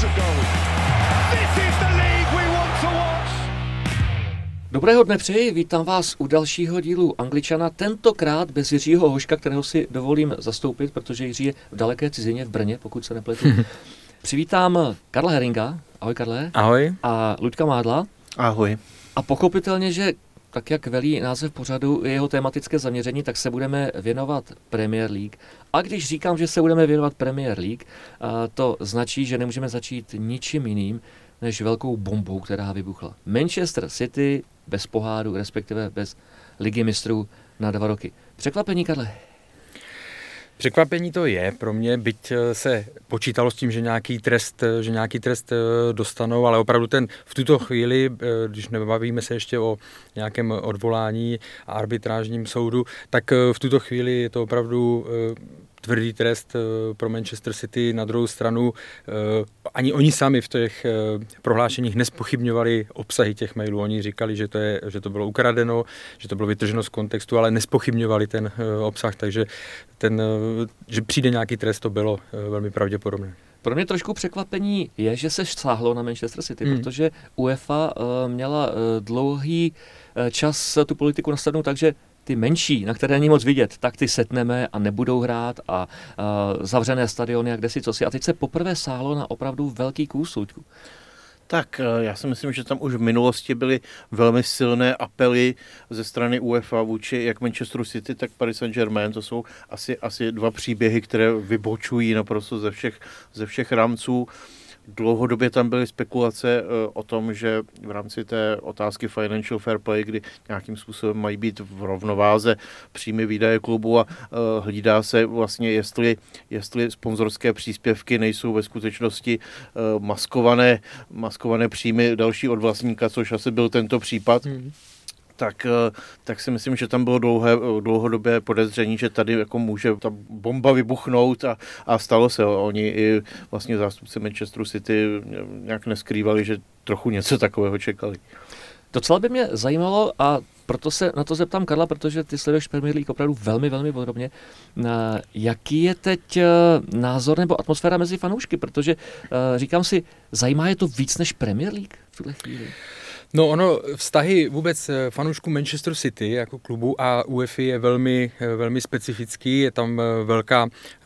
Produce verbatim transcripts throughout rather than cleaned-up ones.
to goal. This is the league we want to watch. Dobrého dne přeji, vítám vás u dalšího dílu Angličana, tentokrát bez Jiřího Hoška, kterého si dovolím zastoupit, protože Jiří je v daleké cizině v Brně, pokud se nepletu. Přivítám Karla Heringa, ahoj Karle. Ahoj. A Luďka Mádla. Ahoj. A pochopitelně, že tak jak velí název pořadu jeho tematické zaměření, tak se budeme věnovat Premier League. A když říkám, že se budeme věnovat Premier League, to značí, že nemůžeme začít ničím jiným, než velkou bombou, která vybuchla. Manchester City bez poháru, respektive bez ligy mistrů na dva roky. Překvapení, Karle? Překvapení to je pro mě, byť se počítalo s tím, že nějaký trest, že nějaký trest dostanou, ale opravdu ten v tuto chvíli, když nebavíme se ještě o nějakém odvolání a arbitrážním soudu, tak v tuto chvíli je to opravdu tvrdý trest pro Manchester City. Na druhou stranu ani oni sami v těch prohlášeních nespochybňovali obsahy těch mailů. Oni říkali, že to, je, že to bylo ukradeno, že to bylo vytrženo z kontextu, ale nespochybňovali ten obsah, takže ten, že přijde nějaký trest, to bylo velmi pravděpodobné. Pro mě trošku překvapení je, že se sáhlo na Manchester City, hmm. protože UEFA uh, měla uh, dlouhý uh, čas tu politiku nastavnou tak, že ty menší, na které není moc vidět, tak ty setneme a nebudou hrát a uh, zavřené stadiony a kde si co si. A teď se poprvé sáhlo na opravdu velký kus, Luďku. Tak já si myslím, že tam už v minulosti byly velmi silné apely ze strany UEFA vůči jak Manchesteru City, tak Paris Saint-Germain. To jsou asi, asi dva příběhy, které vybočují naprosto ze všech, ze všech rámců. Dlouhodobě tam byly spekulace o tom, že v rámci té otázky financial fair play, kdy nějakým způsobem mají být v rovnováze příjmy výdaje klubu a uh, hlídá se vlastně, jestli, jestli sponzorské příspěvky nejsou ve skutečnosti uh, maskované, maskované příjmy další od vlastníka, což asi byl tento případ. Hmm. Tak, tak si myslím, že tam bylo dlouhé, dlouhodobé podezření, že tady jako může ta bomba vybuchnout a, a stalo se. Oni i vlastně zástupci Manchesteru City nějak neskrývali, že trochu něco takového čekali. Docela by mě zajímalo a proto se na to zeptám Karla, protože ty sleduješ Premier League opravdu velmi, velmi podrobně. Jaký je teď názor nebo atmosféra mezi fanoušky? Protože říkám si, zajímá je to víc než Premier League v tuhle chvíli? No ono, vztahy vůbec fanoušků Manchester City jako klubu a UEFA je velmi, velmi specifický, je tam velká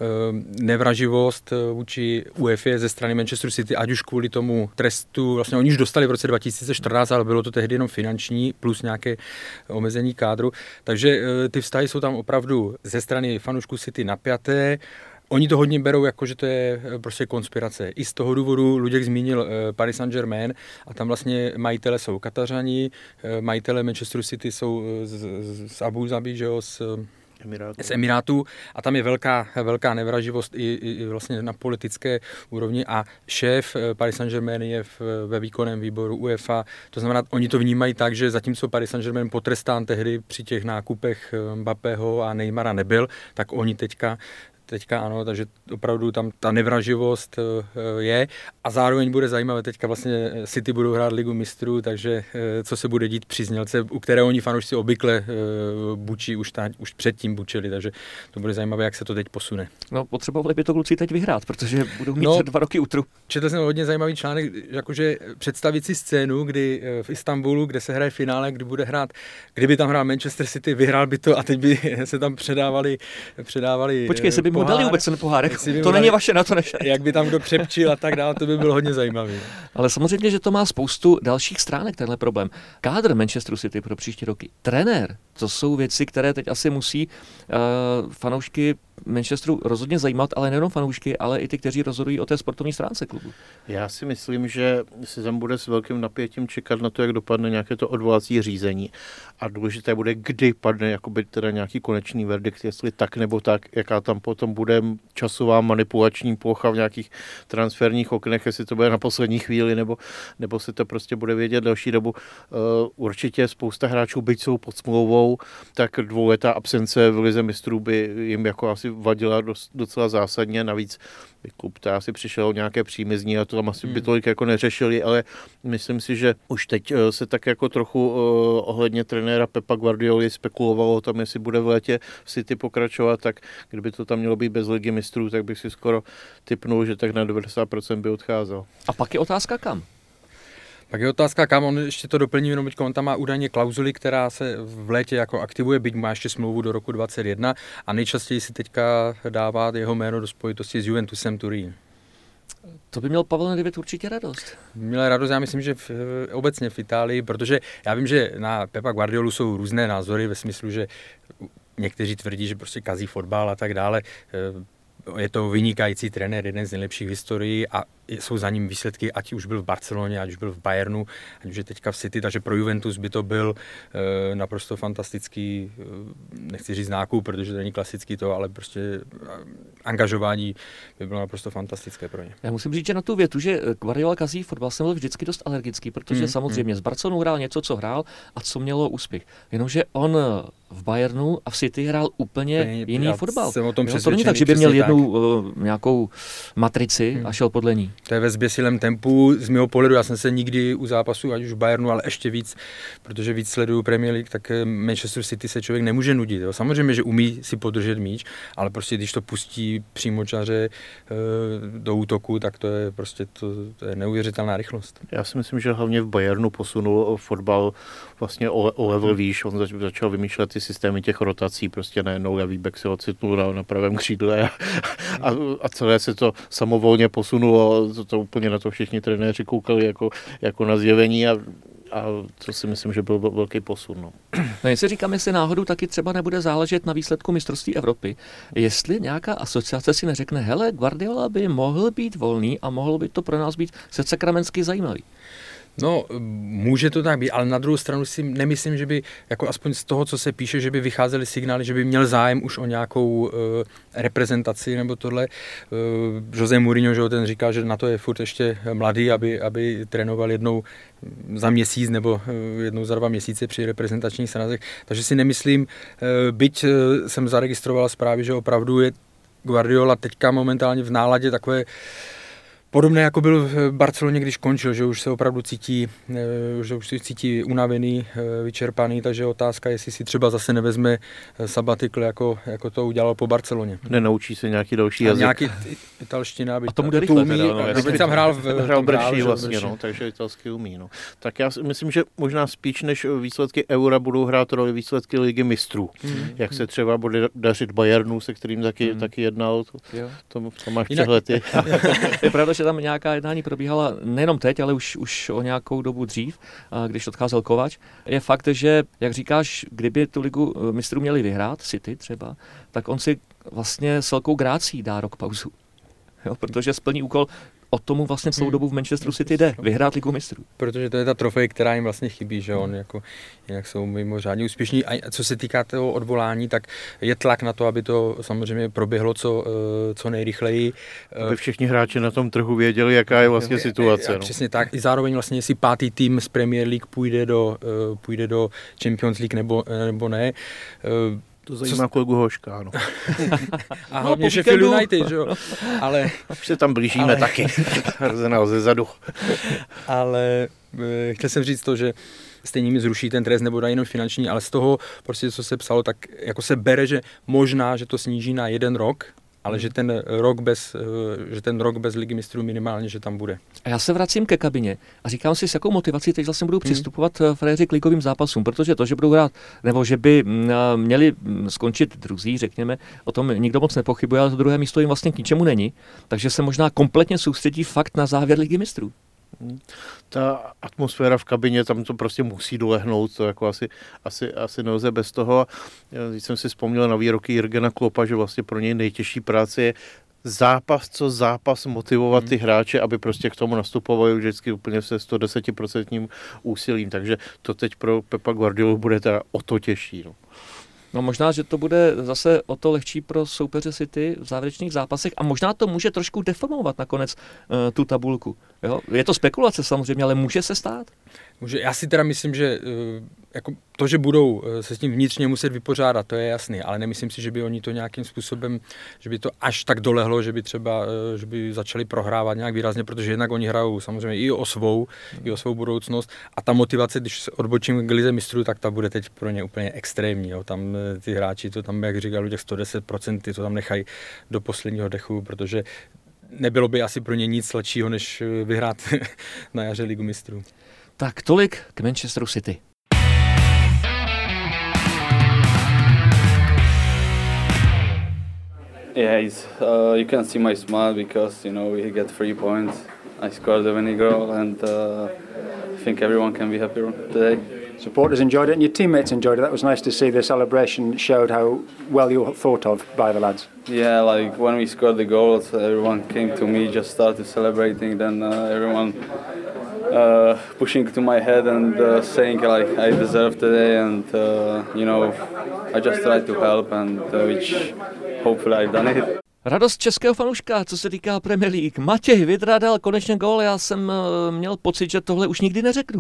nevraživost vůči UEFA ze strany Manchester City, ať už kvůli tomu trestu, vlastně oni už dostali v roce dva tisíce čtrnáct, ale bylo to tehdy jenom finanční plus nějaké omezení kádru, takže ty vztahy jsou tam opravdu ze strany fanoušků City napjaté. Oni to hodně berou jako, že to je prostě konspirace. I z toho důvodu Luděk zmínil uh, Paris Saint-Germain a tam vlastně majitele jsou Katařani, uh, majitele Manchester City jsou z, z, z Abu Zabi, že jo, z, Emirátu. z Emirátů a tam je velká, velká nevraživost i, i vlastně na politické úrovni a šéf Paris Saint-Germain je v, ve výkonném výboru UEFA. To znamená, oni to vnímají tak, že zatímco Paris Saint-Germain potrestán tehdy při těch nákupech Mbappého a Neymara nebyl, tak oni teďka Teďka ano, takže opravdu tam ta nevraživost je a zároveň bude zajímavé, teďka vlastně City budou hrát ligu mistrů, takže co se bude dít při znělce, u které oni fanoušci obvykle bučí, už, ta, už předtím bučili, takže to bude zajímavé, jak se to teď posune. No potřebovali by to kluci teď vyhrát, protože budou mít no, dva roky útru. Četl jsem hodně zajímavý článek, jakože představit si scénu, kdy v Istanbulu, kde se hraje finále, kdy bude hrát, kdyby tam hrál Manchester City, vyhrál by to a teď by se tam předávali, předávali Počkej, se by mu dali vůbec ten pohárek. To dali, není vaše, na to nešet. Jak by tam kdo přepčil a tak dále, to by bylo hodně zajímavý. Ale samozřejmě, že to má spoustu dalších stránek, tenhle problém. Kádr Manchesteru City pro příští roky. Trenér, to jsou věci, které teď asi musí uh, fanoušky Manchesteru rozhodně zajímat, ale nejenom fanoušky, ale i ty, kteří rozhodují o té sportovní stránce klubu. Já si myslím, že se tam bude s velkým napětím čekat na to, jak dopadne nějaké to odvolací řízení. A důležité bude, kdy padne jakoby teda nějaký konečný verdikt, jestli tak nebo tak, jaká tam potom bude časová manipulační plocha v nějakých transferních oknech, jestli to bude na poslední chvíli, nebo, nebo si to prostě bude vědět další dobu. Uh, určitě spousta hráčů, byť jsou pod smlouvou, tak dvouletá absence v lize mistrů by jim jako asi asi vadila docela zásadně, navíc klub ta asi přišel nějaké příjmy z ní a to tam asi by tolik jako neřešili, ale myslím si, že už teď se tak jako trochu uh, ohledně trenéra Pepa Guardioli spekulovalo o tom, jestli bude v létě v City pokračovat, tak kdyby to tam mělo být bez Ligy mistrů, tak bych si skoro tipnul, že tak na devadesát procent by odcházel. A pak je otázka kam? Tak je otázka, kam on ještě to doplní, jenom on tam má údajně klauzuli, která se v létě jako aktivuje, byť má ještě smlouvu do roku dvacet jedna a nejčastěji si teďka dává jeho jméno do spojitosti s Juventusem Turín. To by měl Pavel Nedvěd určitě radost. Měl radost, já myslím, že v, obecně v Itálii, protože já vím, že na Pepa Guardiolu jsou různé názory ve smyslu, že někteří tvrdí, že prostě kazí fotbal a tak dále. Je to vynikající trenér, jeden z nejlepších v historii a jsou za ním výsledky, ať už byl v Barceloně, ať už byl v Bayernu, ať už je teďka v City, takže pro Juventus by to byl e, naprosto fantastický, e, nechci říct nákup, protože to není klasický to, ale prostě angažování by bylo naprosto fantastické pro ně. Já musím říct, že na tu větu, že Guardiola kazí fotbal, jsem byl vždycky dost alergický, protože mm, samozřejmě mm. s Barcelonou hrál něco, co hrál a co mělo úspěch. Jenomže on v Bayernu a v City hrál úplně ne, jiný fotbal. Jsem o tom jo, to není tak, že by měl jednu uh, nějakou matrici hmm. a šel podle ní. To je ve zběsilém tempu. Z mého pohledu, já jsem se nikdy u zápasu, ať už v Bayernu, ale ještě víc, protože víc sleduju Premier League, tak Manchester City se člověk nemůže nudit. Jo. Samozřejmě, že umí si podržet míč, ale prostě když to pustí přímočaře uh, do útoku, tak to je prostě to, to je neuvěřitelná rychlost. Já si myslím, že hlavně v Bayernu posunul fotbal vlastně o, o level výš. On zač, začal vymýšlet ty systémy těch rotací, prostě najednou levý back se ocitnul na, na pravém křídle a, a, a celé se to samovolně posunulo. To, to úplně na to všichni trenéři koukali jako, jako na zjevení a, a to si myslím, že byl velký posun. No. No jen si říkám, jestli náhodou taky třeba nebude záležet na výsledku mistrovství Evropy. Jestli nějaká asociace si neřekne, hele, Guardiola by mohl být volný a mohl by to pro nás být secakramensky zajímavý. No, může to tak být, ale na druhou stranu si nemyslím, že by, jako aspoň z toho, co se píše, že by vycházely signály, že by měl zájem už o nějakou uh, reprezentaci nebo tohle. Uh, José Mourinho, že ten říká, že na to je furt ještě mladý, aby, aby trénoval jednou za měsíc nebo uh, jednou za dva měsíce při reprezentačních srazech. Takže si nemyslím, uh, byť uh, jsem zaregistroval zprávy, že opravdu je Guardiola teďka momentálně v náladě takové podobné, jako byl v Barceloně, když končil, že už se opravdu cítí, že už se cítí unavený, vyčerpaný, takže otázka, jestli si třeba zase nevezme sabatikl, jako, jako to udělal po Barceloně. Nenaučí se nějaký další jazyk. Nějaký italština, aby a tomu jde rychle, umí, teda, no, aby tam hrál v hrál Brší vlastně, no, takže italsky umí. No. Tak já myslím, že možná spíš než výsledky Eura budou hrát roli výsledky Ligy mistrů. Hmm. Jak se třeba bude dařit Bayernu, se kterým taky, hmm. taky jednal, to, to, to máš přehledy. Je pravda, že tam nějaká jednání probíhala nejenom teď, ale už, už o nějakou dobu dřív, když odcházel Kovač. Je fakt, že, jak říkáš, kdyby tu Ligu mistrů měli vyhrát, City třeba, tak on si vlastně s velkou grácí dá rok pauzu. Jo, protože splní úkol, o tomu vlastně celou dobu v Manchesteru City jde, vyhrát Ligu mistrů. Protože to je ta trofej, která jim vlastně chybí, že on jako, jinak jsou mimořádně úspěšní. A co se týká toho odvolání, tak je tlak na to, aby to samozřejmě proběhlo co, co nejrychleji. Aby všichni hráči na tom trhu věděli, jaká je vlastně situace. No. Přesně tak. I zároveň vlastně, jestli pátý tým z Premier League půjde do, půjde do Champions League nebo, nebo ne. To zajímá kolegu Hoška, ano. A hlavně no, Sheffield United, že jo. Ale už se tam blížíme ale... taky. Arsenal ze zadu. Ale e, chtěl jsem říct to, že stejně mi zruší ten trest nebo dají jenom finanční, ale z toho, prostě co se psalo, tak jako se bere, že možná, že to sníží na jeden rok, ale že ten rok bez, že ten rok bez Ligy mistrů minimálně, že tam bude. A já se vracím ke kabině a říkám si, s jakou motivací teď vlastně budou přistupovat hmm. frajeři k ligovým zápasům, protože to, že budou hrát, nebo že by měli skončit druzí, řekněme, o tom nikdo moc nepochybuje, ale to druhé místo jim vlastně k ničemu není, takže se možná kompletně soustředí fakt na závěr Ligy mistrů. Ta atmosféra v kabině, tam to prostě musí dolehnout, to jako asi, asi, asi nelze bez toho. Když jsem si vzpomněl na výroky Jurgena Kloppa, že vlastně pro něj nejtěžší práce je zápas co zápas motivovat ty hráče, aby prostě k tomu nastupovali vždycky úplně se sto deset procent úsilím, takže to teď pro Pepa Guardiolu bude teda o to těžší. No. No možná, že to bude zase o to lehčí pro soupeře City v závěrečných zápasech a možná to může trošku deformovat nakonec uh, tu tabulku. Jo? Je to spekulace samozřejmě, ale může se stát. Může, já si teda myslím, že jako to, že budou se s tím vnitřně muset vypořádat, to je jasný, ale nemyslím si, že by oni to nějakým způsobem, že by to až tak dolehlo, že by třeba, že by začali prohrávat nějak výrazně, protože jednak oni hrajou samozřejmě i o svou, i o svou budoucnost a ta motivace, když odbočím k lize mistrů, tak ta bude teď pro ně úplně extrémní. Jo. Tam ty hráči to tam, jak říkali, těch sto deset procent ty to tam nechají do posledního dechu, protože nebylo by asi pro ně nic lepšího, než vyhrát na jaře ligu mistrů. Tak tolik k Manchesteru City. Yeah, it's, uh, you can see my smile because, you know, we get three points. I scored the winning goal and uh, I think everyone can be happy today. Supporters enjoyed it and your teammates enjoyed it. That was nice to see. The celebration showed how well you were thought of by the lads. Yeah, like when we scored the goals, everyone came to me, just started celebrating, then uh, everyone uh, pushing to my head and uh, saying like I deserve today, and uh, you know, I just tried to help, and uh, which hopefully I've done it. Radost českého fanouška, co se týká Premier League. Matěj Vydra dal konečně gól, já jsem měl pocit, že tohle už nikdy neřeknu.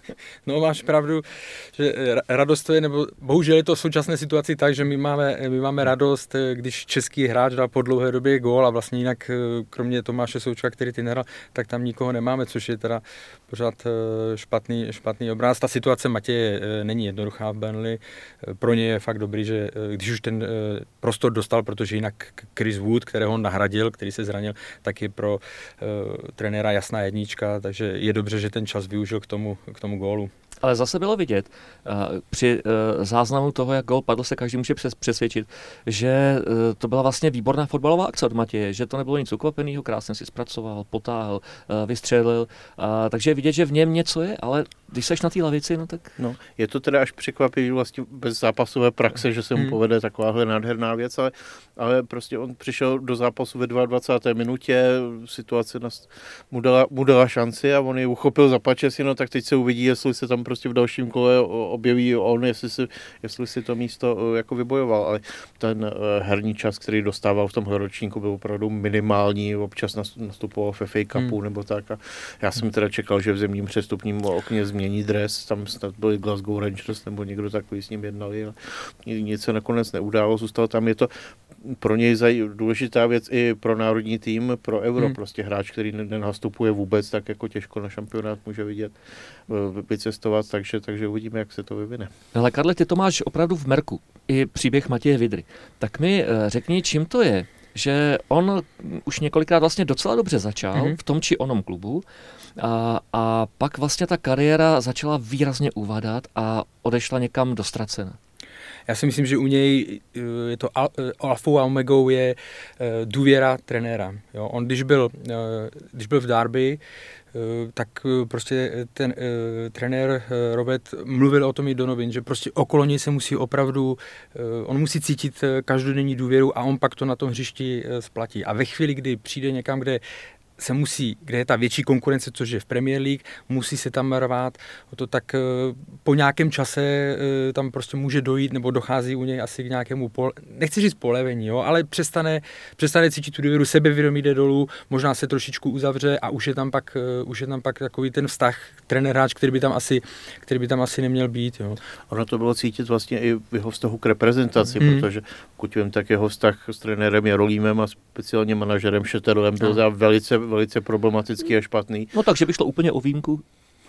No máš pravdu, že radost to je, nebo bohužel je to v současné situaci tak, že my máme, my máme radost, když český hráč dal po dlouhé době gól a vlastně jinak kromě Tomáše Součka, který ty nehrál, tak tam nikoho nemáme, což je teda pořád špatný, špatný obraz. Ta situace Matěje není jednoduchá v Burnley, pro ně je fakt dobrý, že když už ten prostor dostal, protože jinak Chris Wood, kterého on nahradil, který se zranil, tak je pro uh, trenéra jasná jednička, takže je dobře, že ten čas využil k tomu, k tomu gólu. Ale zase bylo vidět, uh, při uh, záznamu toho, jak gól padl, se každý může přes, přesvědčit, že uh, to byla vlastně výborná fotbalová akce od Matěje, že to nebylo nic ukvapeného, krásně si zpracoval, potáhl, uh, vystřelil, uh, takže je vidět, že v něm něco je, ale když seš na té lavici, no tak... No, je to teda až překvapivý vlastně bez zápasové praxe, že se mu hmm. povede takováhle nádherná věc, ale, ale prostě on přišel do zápasu ve dvacáté druhé minutě, situace nas, mu, dala, mu dala šanci a on ji uchopil za pačesy, no tak teď se uvidí, jestli se tam prostě v dalším kole objeví on, jestli si, jestli si to místo jako vybojoval, ale ten herní čas, který dostával v tomhle ročníku, byl opravdu minimální, občas nastupoval v F A Cupu hmm. nebo tak a já jsem teda čekal, že v zimním přestupním okně změní dres, tam snad byli Glasgow Rangers nebo někdo takový s ním jednali, ale nic se nakonec neudálo, zůstal tam, je to pro něj důležitá věc i pro národní tým, pro Euro, hmm. prostě hráč, který nenastupuje vůbec, tak jako těžko na šampionát může vidět, vycestovat, takže, takže uvidíme, jak se to vyvine. Ale Karle, ty to máš opravdu v merku, i příběh Matěje Vydry. Tak mi řekni, čím to je, že on už několikrát vlastně docela dobře začal mm-hmm. v tom či onom klubu a, a pak vlastně ta kariéra začala výrazně uvadat a odešla někam do ztracena. Já si myslím, že u něj je to alfou a omegou je důvěra trenéra. Jo, on když byl, když byl v Derby, tak prostě ten uh, trenér uh, Robert mluvil o tom i do novin, že prostě okolo něj se musí opravdu, uh, on musí cítit uh, každodenní důvěru a on pak to na tom hřišti uh, splatí. A ve chvíli, kdy přijde někam, kde se musí, kde je ta větší konkurence, což je v Premier League, musí se tam rvát, to tak po nějakém čase tam prostě může dojít, nebo dochází u něj asi k nějakému, pole, nechci říct polevení, jo, ale přestane, přestane cítit tu důvěru, sebevědomí jde dolů, možná se trošičku uzavře a už je tam pak, už je tam pak takový ten vztah trenér-hráč, který by tam asi, který by tam asi neměl být. Jo. Ono to bylo cítit vlastně i v jeho vztahu k reprezentaci, mm. protože pokud vím, tak jeho vztah s trenérem Jarolímem a speciálně manažerem Šeterlem byl za velice velice problematický a špatný. No takže by šlo úplně o výjimku.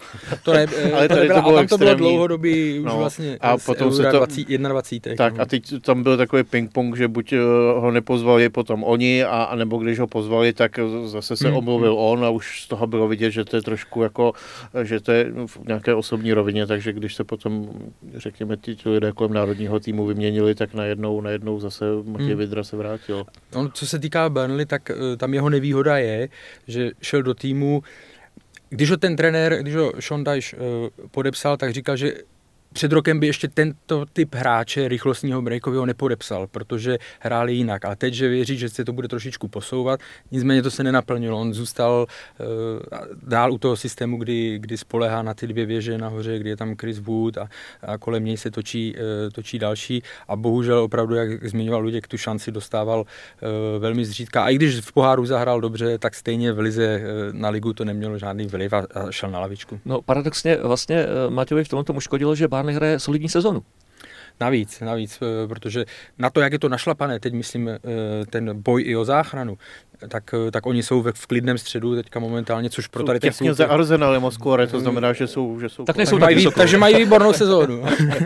To ne, ale to nebyla, to bylo, tam to bylo dlouhodobý, už no, vlastně a potom se to, dvacet, dvacet jedna. Tak no. A teď tam byl takový ping-pong, že buď ho nepozvali potom oni, a, a nebo když ho pozvali, tak zase se hmm. omluvil on a už z toho bylo vidět, že to je trošku jako, že to je v nějaké osobní rovině, takže když se potom, řekněme, ti lidé kolem národního týmu vyměnili, tak najednou, najednou zase Matěj hmm. Vydra se vrátil. On, co se týká Burnley, tak tam jeho nevýhoda je, že šel do týmu. Když ho ten trenér, když ho Sean Dyche uh, podepsal, tak říkal, že před rokem by ještě tento typ hráče rychlostního breakového nepodepsal, protože hráli jinak. Ale teď, že věří, že se to bude trošičku posouvat, nicméně to se nenaplnilo. On zůstal uh, dál u toho systému, kdy, kdy spolehá na ty dvě věže nahoře, kdy je tam Chris Wood a, a kolem něj se točí, uh, točí další. A bohužel opravdu, jak zmiňoval Luděk, tu šanci dostával uh, velmi zřídka. A i když v poháru zahrál dobře, tak stejně v lize uh, na ligu to nemělo žádný vliv a, a šel na lavičku. No paradoxně vlastně uh, Matějovi v tomto uškodilo, že Burnley hraje solidní sezonu. Navíc, navíc, protože na to, jak je to našlapané, teď myslím ten boj i o záchranu, tak, tak oni jsou v klidném středu teďka momentálně, což pro tady ten těsně za Arsenalem o skóre, to znamená, že jsou... Že jsou tak nejsou tak mají, takže mají výbornou sezónu.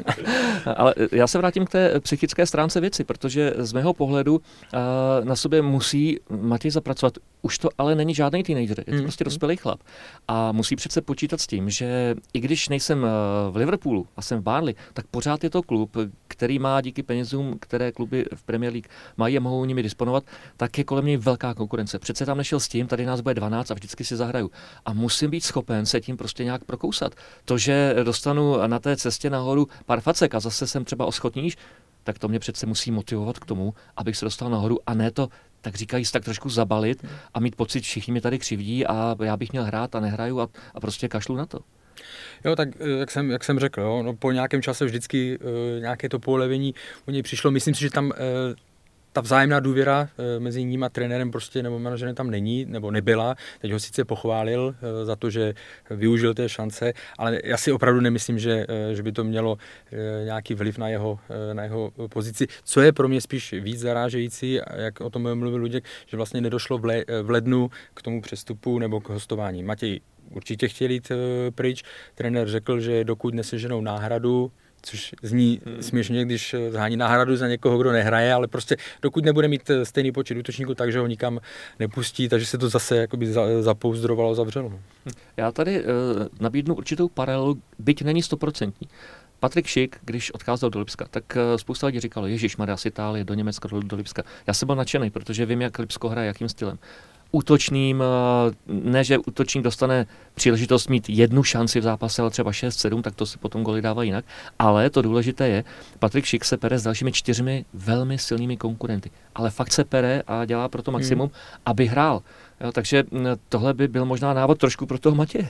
Ale já se vrátím k té psychické stránce věci, protože z mého pohledu uh, na sobě musí Matěj zapracovat. Už to ale není žádný teenager, je to mm. prostě dospělý chlap. A musí přece počítat s tím, že i když nejsem v Liverpoolu a jsem v Burnley, tak pořád je to klub, který má díky penězům, které kluby v Premier League mají a mohou nimi disponovat, tak je kolem něj velká konkurence. Přece tam nešel s tím, tady nás bude dvanáct a vždycky si zahraju. A musím být schopen se tím prostě nějak prokousat. To, že dostanu na té cestě nahoru pár facek a zase jsem třeba o schod níž, tak to mě přece musí motivovat k tomu, abych se dostal nahoru a ne to, tak říkají, tak trošku zabalit a mít pocit, všichni mě tady křivdí a já bych měl hrát a nehraju a, a prostě kašlu na to. Jo, tak jak jsem, jak jsem řekl, jo, no, po nějakém čase vždycky uh, nějaké to polevení u něj přišlo. Myslím si, že tam uh, ta vzájemná důvěra uh, mezi ním a trenérem prostě nebo manažerem tam není, nebo nebyla. Teď ho sice pochválil uh, za to, že využil té šance, ale já si opravdu nemyslím, že, uh, že by to mělo uh, nějaký vliv na jeho, uh, na jeho pozici. Co je pro mě spíš víc zarážející, jak o tom mluvil Luděk, že vlastně nedošlo v, le, v lednu k tomu přestupu nebo k hostování. Matěj určitě chtěl jít uh, pryč. Trenér řekl, že dokud neseženou náhradu, což zní hmm. směšně, když zhání náhradu za někoho, kdo nehraje, ale prostě dokud nebude mít stejný počet útočníků, takže ho nikam nepustí, takže se to zase jakoby zapouzdrovalo, zavřelo. Já tady uh, nabídnu určitou paralelu, byť není stoprocentní. Patrik Schick, když odcházel do Lipska, tak uh, spousta lidí říkalo, ježišmarja, z Itálie do Německa, do, do Lipska. Já jsem byl nadšený, protože vím, jak Lipsko hraje, jakým stylem. Útočným, ne, že útočník dostane příležitost mít jednu šanci v zápase, ale třeba šest sedm, tak to si potom goly dává jinak. Ale to důležité je, Patrik Schick se pere s dalšími čtyřmi velmi silnými konkurenty. Ale fakt se pere a dělá pro to maximum, hmm. aby hrál. Jo, takže tohle by byl možná návod trošku pro toho Matěje.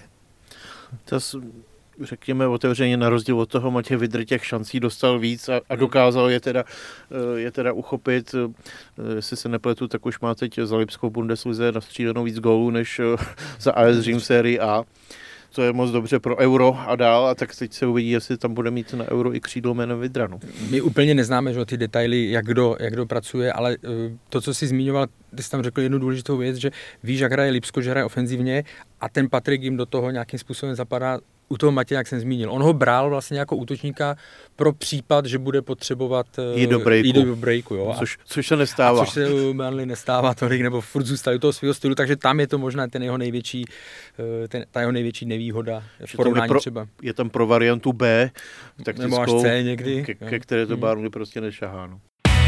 To řekněme otevřeně, na rozdíl od toho Matěj Vydr těch šancí dostal víc a, a dokázal je teda, je teda uchopit. Jestli se nepletu, tak už má teď za Lipskou Bundeslize nastřílenou víc gólů než za A S Řím v sérii A. To je moc dobře pro Euro a dál, a tak teď se uvidí, jestli tam bude mít na Euro i křídlo jménem Vydranu. My úplně neznáme, že ty detaily, jak kdo, jak kdo pracuje, ale to, co jsi zmiňoval, ty jsi tam řekl jednu důležitou věc, že víš, jak hraje Lipsko, že hraje ofenzivně a ten Patrik jim do toho nějakým způsobem zapadá. U toho Matěje, jak jsem zmínil, on ho bral vlastně jako útočníka pro případ, že bude potřebovat jít do breaku, jít do breaku jo. Což, což se nestává. A což se u Burnley nestává tolik, nebo furt zůstali u toho svého stylu, takže tam je to možná ten jeho největší, ten, ta jeho největší nevýhoda v porovnání pro, třeba. Je tam pro variantu B, taktickou, nebo až C někdy. Ke, ke které to Burnley prostě nešahá. No.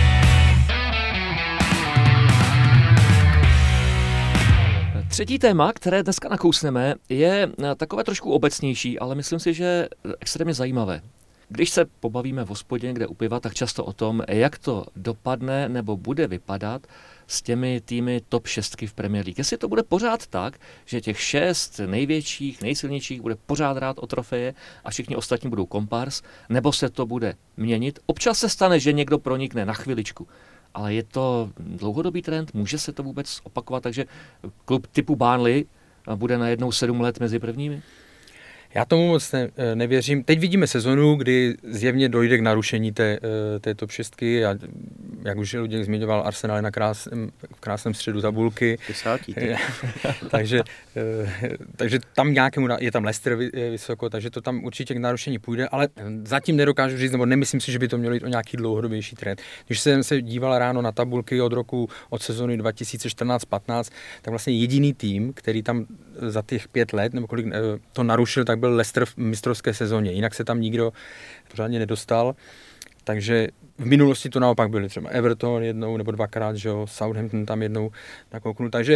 Třetí téma, které dneska nakousneme, je takové trošku obecnější, ale myslím si, že extrémně zajímavé. Když se pobavíme v hospodě někde u piva, tak často o tom, jak to dopadne nebo bude vypadat s těmi týmy top šestky v Premier League. Jestli to bude pořád tak, že těch šest největších, nejsilnějších bude pořád rád o trofeje a všichni ostatní budou kompars, nebo se to bude měnit. Občas se stane, že někdo pronikne na chviličku. Ale je to dlouhodobý trend, může se to vůbec opakovat, takže klub typu Burnley bude najednou sedm let mezi prvními? Já tomu moc ne, nevěřím. Teď vidíme sezonu, kdy zjevně dojde k narušení té, té top šestky. A jak už Luděk zmiňoval, Arsenal je na krásném, v krásném středu tabulky. takže, takže tam nějakému, je tam Leicester vysoko, takže to tam určitě k narušení půjde, ale zatím nedokážu říct, nebo nemyslím si, že by to mělo jít o nějaký dlouhodobější trend. Když jsem se díval ráno na tabulky od roku, od sezony dva tisíce čtrnáct patnáct, tak vlastně jediný tým, který tam za těch pět let, nebo kolik to narušil, tak byl Leicester v mistrovské sezóně. Jinak se tam nikdo pořádně nedostal. Takže v minulosti to naopak byly třeba Everton jednou nebo dvakrát, že jo, Southampton tam jednou nakouknul. Takže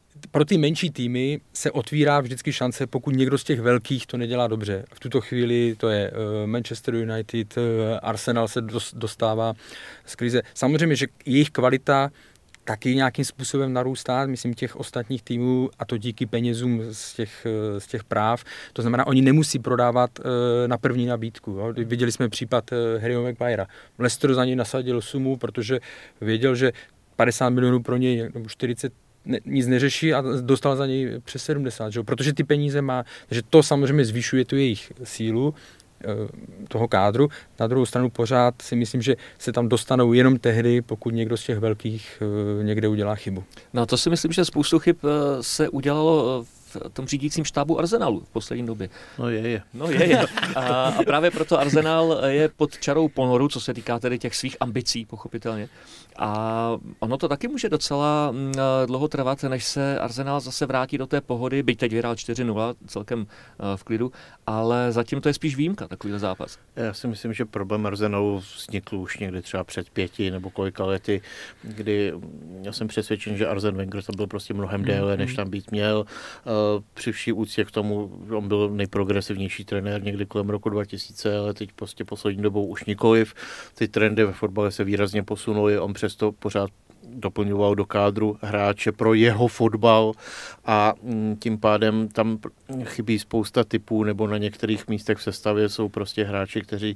pro ty menší týmy se otvírá vždycky šance, pokud někdo z těch velkých to nedělá dobře. V tuto chvíli to je Manchester United, Arsenal se dostává z krize. Samozřejmě, že jejich kvalita taky nějakým způsobem narůstá, myslím, těch ostatních týmů, a to díky penězům z těch, z těch práv. To znamená, oni nemusí prodávat na první nabídku. Jo. Viděli jsme případ Harryho Maguirea. Leicester za něj nasadil sumu, protože věděl, že padesát milionů pro něj, nebo čtyřicet, ne, nic neřeší a dostal za něj přes sedmdesát, že? Protože ty peníze má. Takže to samozřejmě zvyšuje tu jejich sílu toho kádru. Na druhou stranu pořád si myslím, že se tam dostanou jenom tehdy, pokud někdo z těch velkých někde udělá chybu. No to si myslím, že spoustu chyb se udělalo v tom řídícím štábu Arsenalu v poslední době. No je, je. No je, je. A, a právě proto Arsenal je pod čarou ponoru, co se týká tedy těch svých ambicí, pochopitelně. A ono to taky může docela m, dlouho trvat, než se Arsenal zase vrátí do té pohody, byť teď vyhrál čtyři nula, celkem uh, v klidu, ale zatím to je spíš výjimka, takovýhle zápas. Já si myslím, že problém Arsenalu vznikl už někdy třeba před pěti nebo kolika lety, kdy já jsem přesvědčen, že Arsene Wenger tam byl prostě mnohem déle, než tam být měl. Při vší úctě k tomu, on byl nejprogresivnější trenér někdy kolem roku dva tisíce, ale teď prostě poslední dobou už nikoliv. Ty trendy ve fotbale se výrazně posunuly, on přesto pořád doplňoval do kádru hráče pro jeho fotbal a tím pádem tam chybí spousta typů, nebo na některých místech v sestavě jsou prostě hráči, kteří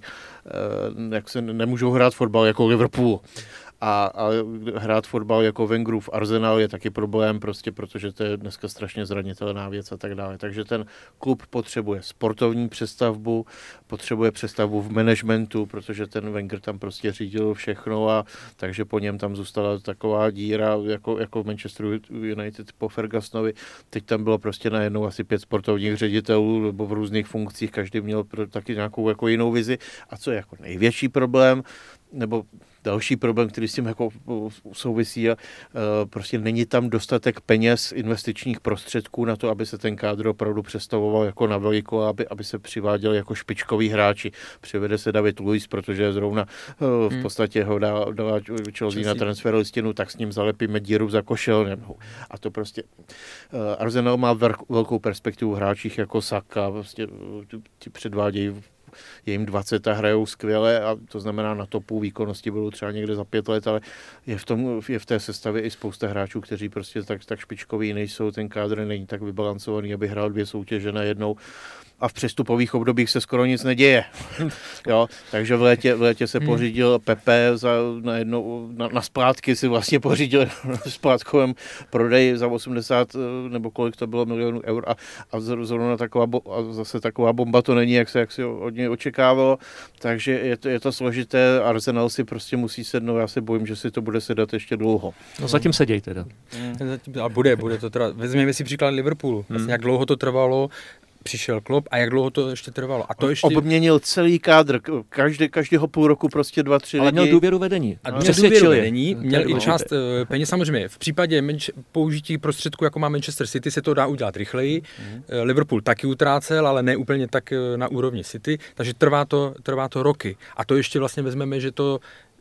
jak se nemůžou hrát fotbal jako Liverpool. A, a hrát fotbal jako Wengerův Arsenal je taky problém, prostě protože to je dneska strašně zranitelná věc a tak dále. Takže ten klub potřebuje sportovní přestavbu, potřebuje přestavbu v managementu, protože ten Wenger tam prostě řídil všechno a takže po něm tam zůstala taková díra jako, jako v Manchester United po Fergusonovi. Teď tam bylo prostě najednou asi pět sportovních ředitelů nebo v různých funkcích, každý měl taky nějakou jako jinou vizi. A co je jako největší problém, nebo další problém, který s tím jako souvisí, a prostě není tam dostatek peněz, investičních prostředků na to, aby se ten kádr opravdu představoval jako na veliko, aby, aby se přiváděl jako špičkoví hráči. Přivede se David Luiz, protože zrovna v podstatě ho dá, dá Chelsea na transfer listinu, tak s ním zalepíme díru za košel. A to prostě Arsenal má velkou perspektivu v hráčích jako Saka, prostě ti předvádějí, je jim dvacet a hrajou skvěle a to znamená na topu výkonnosti budou třeba někde za pět let, ale je v, tom, je v té sestavě i spousta hráčů, kteří prostě tak, tak špičkoví nejsou, ten kádr není tak vybalancovaný, aby hrál dvě soutěže najednou a v přestupových obdobích se skoro nic neděje. Jo, takže v létě, v létě se pořídil Pepe za, na, jednou, na, na splátky si vlastně pořídil na splátkovém prodeji za osmdesát nebo kolik to bylo milionů eur a, a zrovna taková, bo, a zase taková bomba to není, jak se, jak si od něj očekávalo, takže je to, je to složité. Arsenal si prostě musí sednout, já se bojím, že si to bude sedat ještě dlouho. No zatím seděj teda. Hmm. Zatím, a bude, bude to trvat. Vezměme si příklad Liverpoolu. Vlastně, hmm. jak dlouho to trvalo, přišel Klopp a jak dlouho to ještě trvalo. A to ještě obměnil celý kádr, každý, každého půl roku prostě dva, tři ale lidi. Ale měl důvěru vedení. A měl důvěru vedení, měl i část uh, peněz. Samozřejmě v případě menš- použití prostředků, jako má Manchester City, se to dá udělat rychleji. Mm. Uh, Liverpool taky utrácel, ale ne úplně tak uh, na úrovni City, takže trvá to, trvá to roky. A to ještě vlastně vezmeme, že to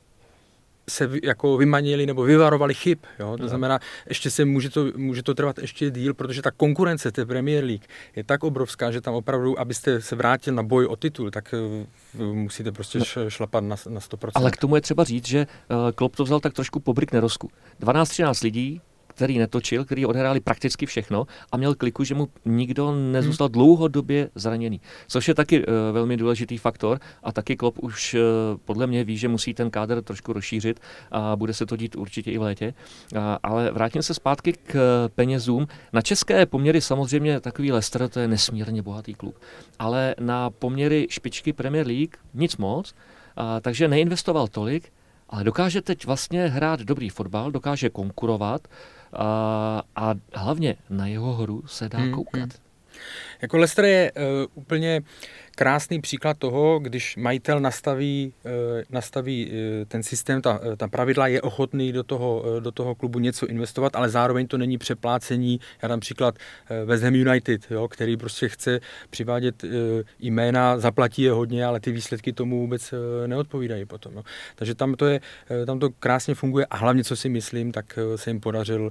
se jako vymanili nebo vyvarovali chyb. Jo? To znamená, ještě se může to, může to trvat ještě díl, protože ta konkurence té Premier League je tak obrovská, že tam opravdu, abyste se vrátil na boj o titul, tak uh, musíte prostě no. šlapat na, na sto procent. Ale k tomu je třeba říct, že uh, Klopp to vzal tak trošku po brik nerozku. dvanáct třináct lidí, který netočil, který odehráli prakticky všechno a měl kliku, že mu nikdo nezůstal hmm. dlouhodobě zraněný. Což je taky uh, velmi důležitý faktor a taky Klopp už uh, podle mě ví, že musí ten kádr trošku rozšířit a bude se to dít určitě i v létě. Uh, ale vrátím se zpátky k uh, penězům. Na české poměry samozřejmě takový Leicester, to je nesmírně bohatý klub, ale na poměry špičky Premier League nic moc, uh, takže neinvestoval tolik, ale dokáže teď vlastně hrát dobrý fotbal, dokáže konkurovat a, a hlavně na jeho hru se dá koukat. Hmm, hmm. Jako Leicester je uh, úplně krásný příklad toho, když majitel nastaví, uh, nastaví uh, ten systém, ta, ta pravidla, je ochotný do toho, uh, do toho klubu něco investovat, ale zároveň to není přeplácení. Já dám příklad uh, West Ham United, jo, který prostě chce přivádět uh, jména, zaplatí je hodně, ale ty výsledky tomu vůbec uh, neodpovídají potom. No. Takže tam to, je, uh, tam to krásně funguje a hlavně, co si myslím, tak uh, se jim podařil uh,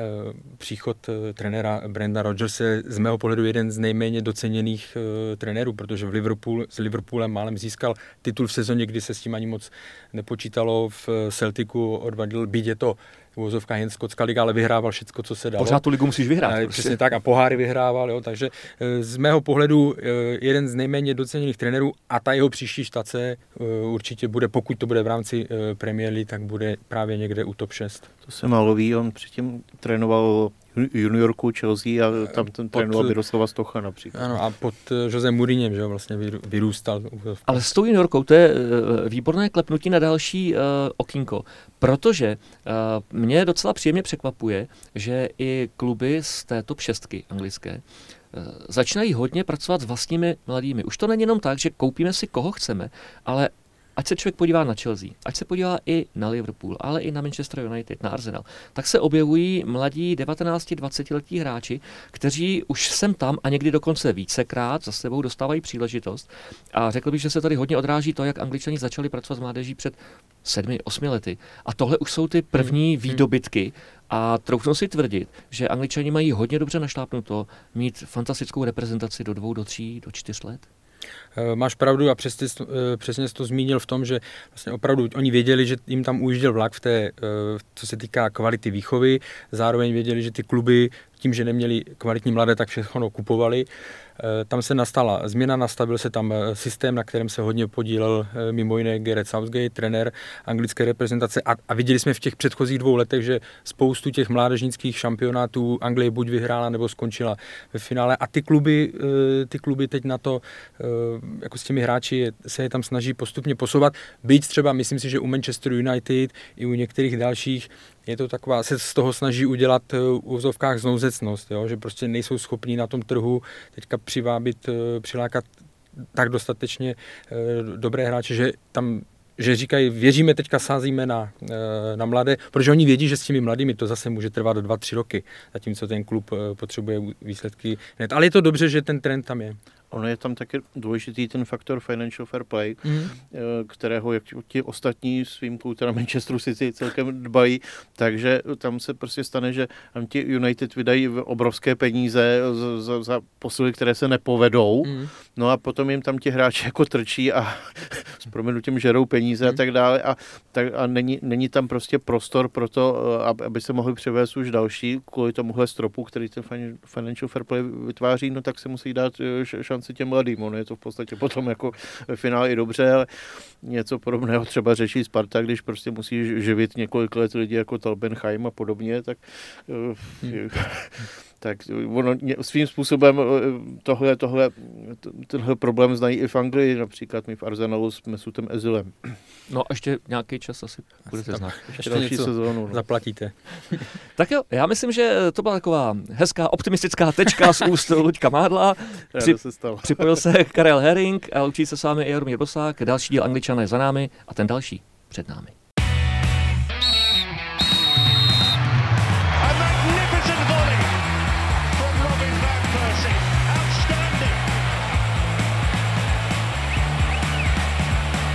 příchod uh, trenéra Brenda Rodgerse, z mého pohledu jeden z nejméně doceněných uh, trenérů, protože v Liverpool, s Liverpoolem málem získal titul v sezóně, kdy se s tím ani moc nepočítalo. V Celticu odvadil, byť je to uvozovka jen skotská liga, ale vyhrával všecko, co se dalo. Pořád tu ligu musíš vyhrát. A, přesně tak a poháry vyhrával, jo, takže z mého pohledu jeden z nejméně doceněných trenérů a ta jeho příští štace určitě bude, pokud to bude v rámci Premier League, tak bude právě někde u top šest. To se málo ví, on předtím trénoval juniorku Chelsea a tam ten trénoval Miroslava Stocha například. Ano, a pod Josem Mourinhem, že vlastně vyrůstal. Ale s tou juniorkou, to je výborné klepnutí na další uh, okýnko, protože uh, mě docela příjemně překvapuje, že i kluby z té top šestky anglické uh, začínají hodně pracovat s vlastními mladými. Už to není jenom tak, že koupíme si koho chceme, ale ať se člověk podívá na Chelsea, ať se podívá i na Liverpool, ale i na Manchester United, na Arsenal, tak se objevují mladí devatenáct dvacet letí hráči, kteří už sem tam a někdy dokonce vícekrát za sebou dostávají příležitost. A řekl bych, že se tady hodně odráží to, jak Angličani začali pracovat s mládeží před sedmi, osmi lety. A tohle už jsou ty první výdobytky. A troufnu si tvrdit, že Angličani mají hodně dobře našlápnuto mít fantastickou reprezentaci do dvou, do tří, do čtyř let. Máš pravdu a přesně, přesně jsi to zmínil v tom, že vlastně opravdu oni věděli, že jim tam ujížděl vlak v té, co se týká kvality výchovy, zároveň věděli, že ty kluby tím, že neměli kvalitní mladé, tak všechno kupovali. Tam se nastala změna, nastavil se tam systém, na kterém se hodně podílel mimo jiné Gareth Southgate, trenér anglické reprezentace a, a viděli jsme v těch předchozích dvou letech, že spoustu těch mládežnických šampionátů Anglie buď vyhrála nebo skončila ve finále a ty kluby, ty kluby teď na to jako s těmi hráči se je tam snaží postupně posouvat. Byť třeba, myslím si, že u Manchester United i u některých dalších je to taková, se z toho snaží udělat v úvozovkách znouzecnost, jo? Že prostě nejsou schopní na tom trhu teďka přivábit, přilákat tak dostatečně dobré hráče, že tam že říkají, věříme, teďka sázíme na, na mladé, protože oni vědí, že s těmi mladými to zase může trvat dva, tři roky, zatímco ten klub potřebuje výsledky hned. Ale je to dobře, že ten trend tam je. Ono je tam taky důležitý ten faktor financial fair play, mm. kterého jak ti ostatní s výjimkou teda Manchesteru City celkem dbají, takže tam se prostě stane, že ti United vydají obrovské peníze za, za posily, které se nepovedou, mm. no a potom jim tam ti hráči jako trčí a s prominutím žerou peníze mm. a tak dále a, tak, a není, není tam prostě prostor pro to, aby se mohli převést už další kvůli tomuhle stropu, který ten financial fair play vytváří, no tak se musí dát šanci těm mladým. Ono je to v podstatě potom jako ve finále i dobře, ale něco podobného třeba řeší Sparta, když prostě musí živit několik let lidi jako Talbenheim a podobně, tak hmm. tak ono svým způsobem tohle, tohle, tenhle problém znají i v Anglii, například my v Arsenalu s Mesutem Özilem. No a ještě nějaký čas asi budete znát. Ještě další sezónu. No. Zaplatíte. Tak jo, já myslím, že to byla taková hezká, optimistická tečka z úst Luďka Mádla. Při, se připojil se Karel Herring a loučí se s vámi i Jaromír Bosák. Další díl Angličané je za námi a ten další před námi.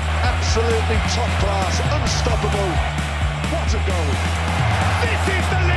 Absolutely top class, unstoppable. What a goal! This is the